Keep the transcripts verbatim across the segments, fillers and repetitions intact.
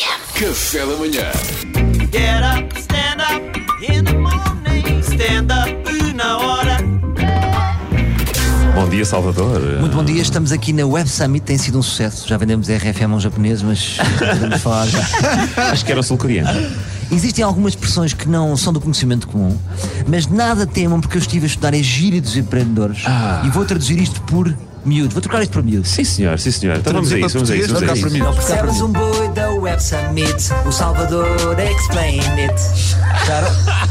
Café da manhã. Get up, stand up in the morning. Stand up na hora. Bom dia, Salvador. Muito bom dia, estamos aqui na Web Summit, tem sido um sucesso. Já vendemos R F M a um japonês, mas podemos falar já. Acho que era o sul-coreano. Existem algumas expressões que não são do conhecimento comum, mas nada temam, porque eu estive a estudar a gíria dos empreendedores Ah. e vou traduzir isto por miúdo. Vou trocar isto por miúdo. Sim, senhor, sim, senhor. Então vamos a isso, vamos a isso, vamos a isso. Não percebes um boi da Web Summit, o Salvador explain it. Claro.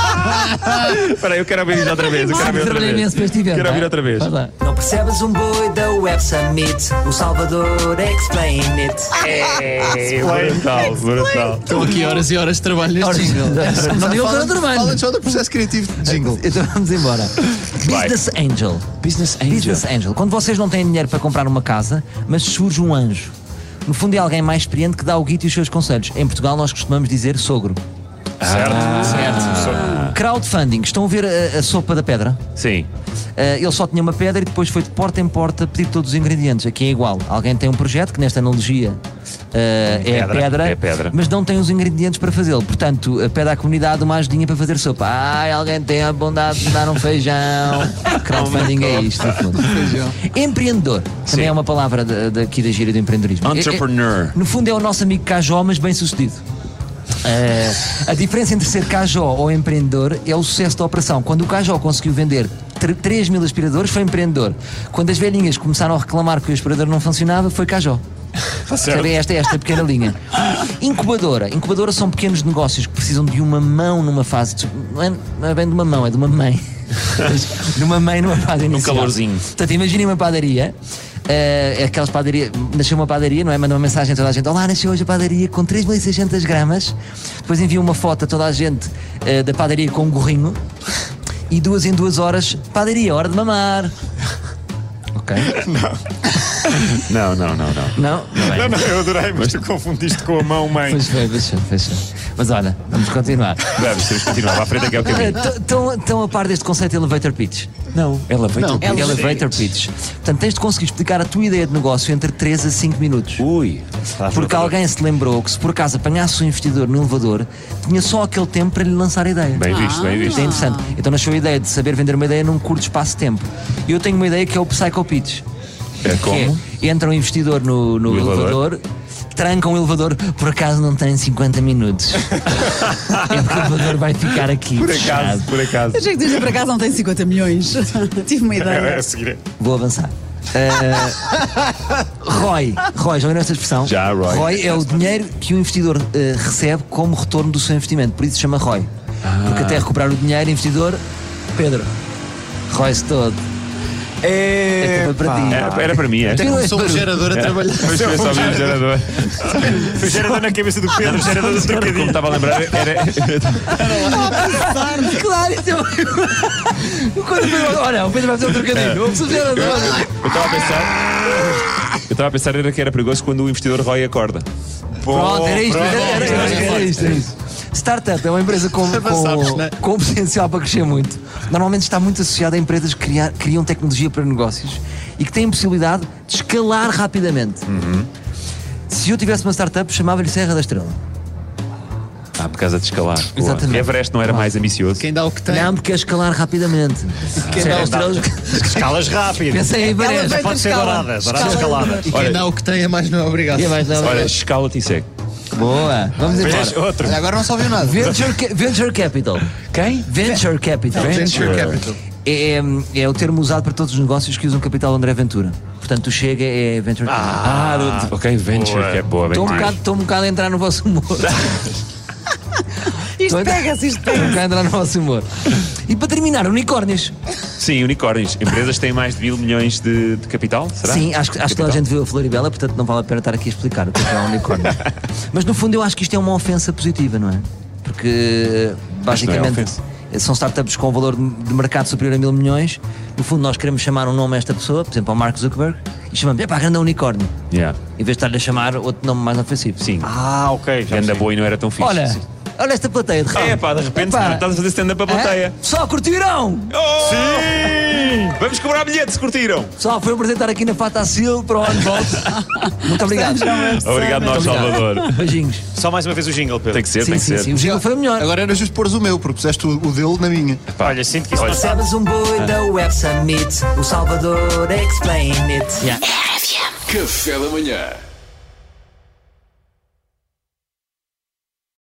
Espera aí, eu quero ouvir isso outra vez. Eu quero ouvir outra Trabalhei vez. imenso para este evento. Quero ouvir não é? outra vez. Vai lá. Não percebes um boi da Web Summit, o Salvador explain it. É, brutal, brutal. Estão aqui horas e horas de trabalho neste jingle. Não digo que eu não trabalho. Fala só do processo criativo de jingle. Então vamos embora. Business Angel. Business Angel. Business Angel. Quando vocês não têm dinheiro para comprar uma casa, mas surge um anjo. No fundo é alguém mais experiente que dá o guito e os seus conselhos. Em Portugal nós costumamos dizer sogro. Certo, certo. Crowdfunding. Estão a ver a, a sopa da pedra? Sim. Uh, ele só tinha uma pedra e depois foi de porta em porta pedir todos os ingredientes. Aqui é igual. Alguém tem um projeto que nesta analogia uh, é, a Pedra, pedra, é pedra. mas não tem os ingredientes para fazê-lo. Portanto, uh, pede à comunidade uma ajudinha para fazer sopa. Ai, alguém tem a bondade de dar um feijão. Crowdfunding é isto, no fundo. Empreendedor. Também Sim. é uma palavra de- daqui da gíria do empreendedorismo. Entrepreneur. É- é- no fundo é o nosso amigo Cajó, mas bem sucedido. Uh, a diferença entre ser Cajó ou empreendedor é o sucesso da operação. Quando o Cajó conseguiu vender três mil aspiradores, foi empreendedor. Quando as velhinhas começaram a reclamar que o aspirador não funcionava, foi Cajó. Sabe, esta, esta pequena linha. Incubadora. Incubadora são pequenos negócios que precisam de uma mão numa fase de, não, é, não é bem de uma mão, é de uma mãe. De uma mãe numa fase inicial. calorzinho. Portanto, imaginem uma padaria. Uh, aquelas padarias, nasceu uma padaria, não é? Manda uma mensagem a toda a gente: olá, nasceu hoje a padaria com três mil e seiscentas gramas. Depois envia uma foto a toda a gente uh, da padaria com um gorrinho. E duas em duas horas, padaria, hora de mamar. Ok? Não, não, não, não. Não? Não é. Não, não, eu adorei, mas tu confundiste com a mão, mãe. Pois foi, pois foi, pois foi. Mas olha, vamos continuar. Vamos, temos que continuar. Para a frente é que é o caminho. Estão a par deste conceito de elevator pitch? Não. Ela veio. Não. Elevator pitch. Portanto, tens de conseguir explicar a tua ideia de negócio entre três a cinco minutos. Ui. Porque alguém se lembrou que se por acaso apanhasse um investidor no elevador, tinha só aquele tempo para lhe lançar a ideia. Bem visto, bem Isto visto. é interessante. Então nasceu a ideia de saber vender uma ideia num curto espaço de tempo. E eu tenho uma ideia que é o Psycho Pitch. É como? Que é, entra um investidor no, no No elevador, elevador. tranca um elevador, por acaso não tem cinquenta minutos. É porque o elevador vai ficar aqui. Por fechado. acaso, por acaso. Achei que dizer para casa não tem cinquenta milhões. Tive uma É ideia. a seguir. Vou avançar. Uh, Roy, Roy, já ouviram esta expressão? Já, Roy. Roy é o dinheiro que o investidor uh, recebe como retorno do seu investimento, por isso se chama Roy. Porque até recuperar o dinheiro, investidor, Pedro, Roy-se todo. É tudo para ti. Era, era para mim, é? Até começou um gerador a trabalhar. Depois foi só ver o gerador. Foi gerador na cabeça do Pedro, gerador do Como trocadilho. estava a lembrar, era. Claro, isso é Quando o Pedro- olha, o Pedro vai fazer um trocadilho. O gerador. Eu estava a pensar. Eu estava a pensar era que era perigoso quando o investidor Roy acorda. Pronto, era isto, era, era, era, era isto, era isto. Startup é uma empresa com, Avançámos, com, né? com potencial para crescer muito. Normalmente está muito associada a empresas que criar, criam tecnologia para negócios e que têm possibilidade de escalar rapidamente. Se eu tivesse uma startup, chamava-lhe Serra da Estrela. Ah, por causa de escalar. Exatamente. Boa. Everest não era mais ambicioso. Quem dá o que tem. Não, porque é escalar rapidamente. Quem Serra dá da o Estrela. Escalas rápidas. Pensei em Everest. Ela Pode ser dourada, dourada escalada. E quem dá o que tem é mais não é obrigado. E é mais nada. Olha, escala-te e segue. Boa. Vamos Vês embora. outro. Olha, agora não se ouviu nada. Venture, ca- venture Capital. Quem? Venture Capital. Venture Capital. É, é, é o termo usado para todos os negócios que usam capital André Ventura. Portanto, o Chega é Venture Capital. Ah, do- ok, Venture, boa. que é boa, bem Estou um, mais. bocado- estou um bocado a entrar no vosso humor. Isto pega-se, isto Estou um pega-se. bocado a entrar no vosso humor. E para terminar, unicórnios. Sim, unicórnios. Empresas que têm mais de mil milhões de, de capital, será? Sim, acho, que- acho que toda a gente viu a Floribela, portanto não vale a pena estar aqui a explicar o que é que é um unicórnio. Mas no fundo eu acho que isto é uma ofensa positiva, não é? Porque basicamente ofensa. são startups com valor de de mercado superior a mil milhões. No fundo nós queremos chamar um nome a esta pessoa, por exemplo ao Mark Zuckerberg, e chamamos, epá, grande unicórnio. Yeah. Em vez de estar-lhe a chamar outro nome mais ofensivo. Sim. Ah, ok. Já Ganda percebi. boa e não era tão fixe. Olha, Sim. Olha esta plateia de É pá, de repente Epá. estás a fazer stand-up para a plateia. Só curtiram! Oh! Sim! Vamos cobrar bilhete se curtiram. Só foi um prazer estar aqui na Fatacil para o ano de volta. Muito obrigado. Obrigado, nós, Muito obrigado. Salvador. Beijinhos. Só mais uma vez o jingle, Pedro. Tem que ser, Sim, tem que sim, ser. sim. O jingle foi o melhor. Agora era justo pôres o meu, porque puseste o, o dele na minha. Olha, sinto que isso não Sabes um boi da Web Summit, o Salvador Explain It. Yeah. Café da manhã.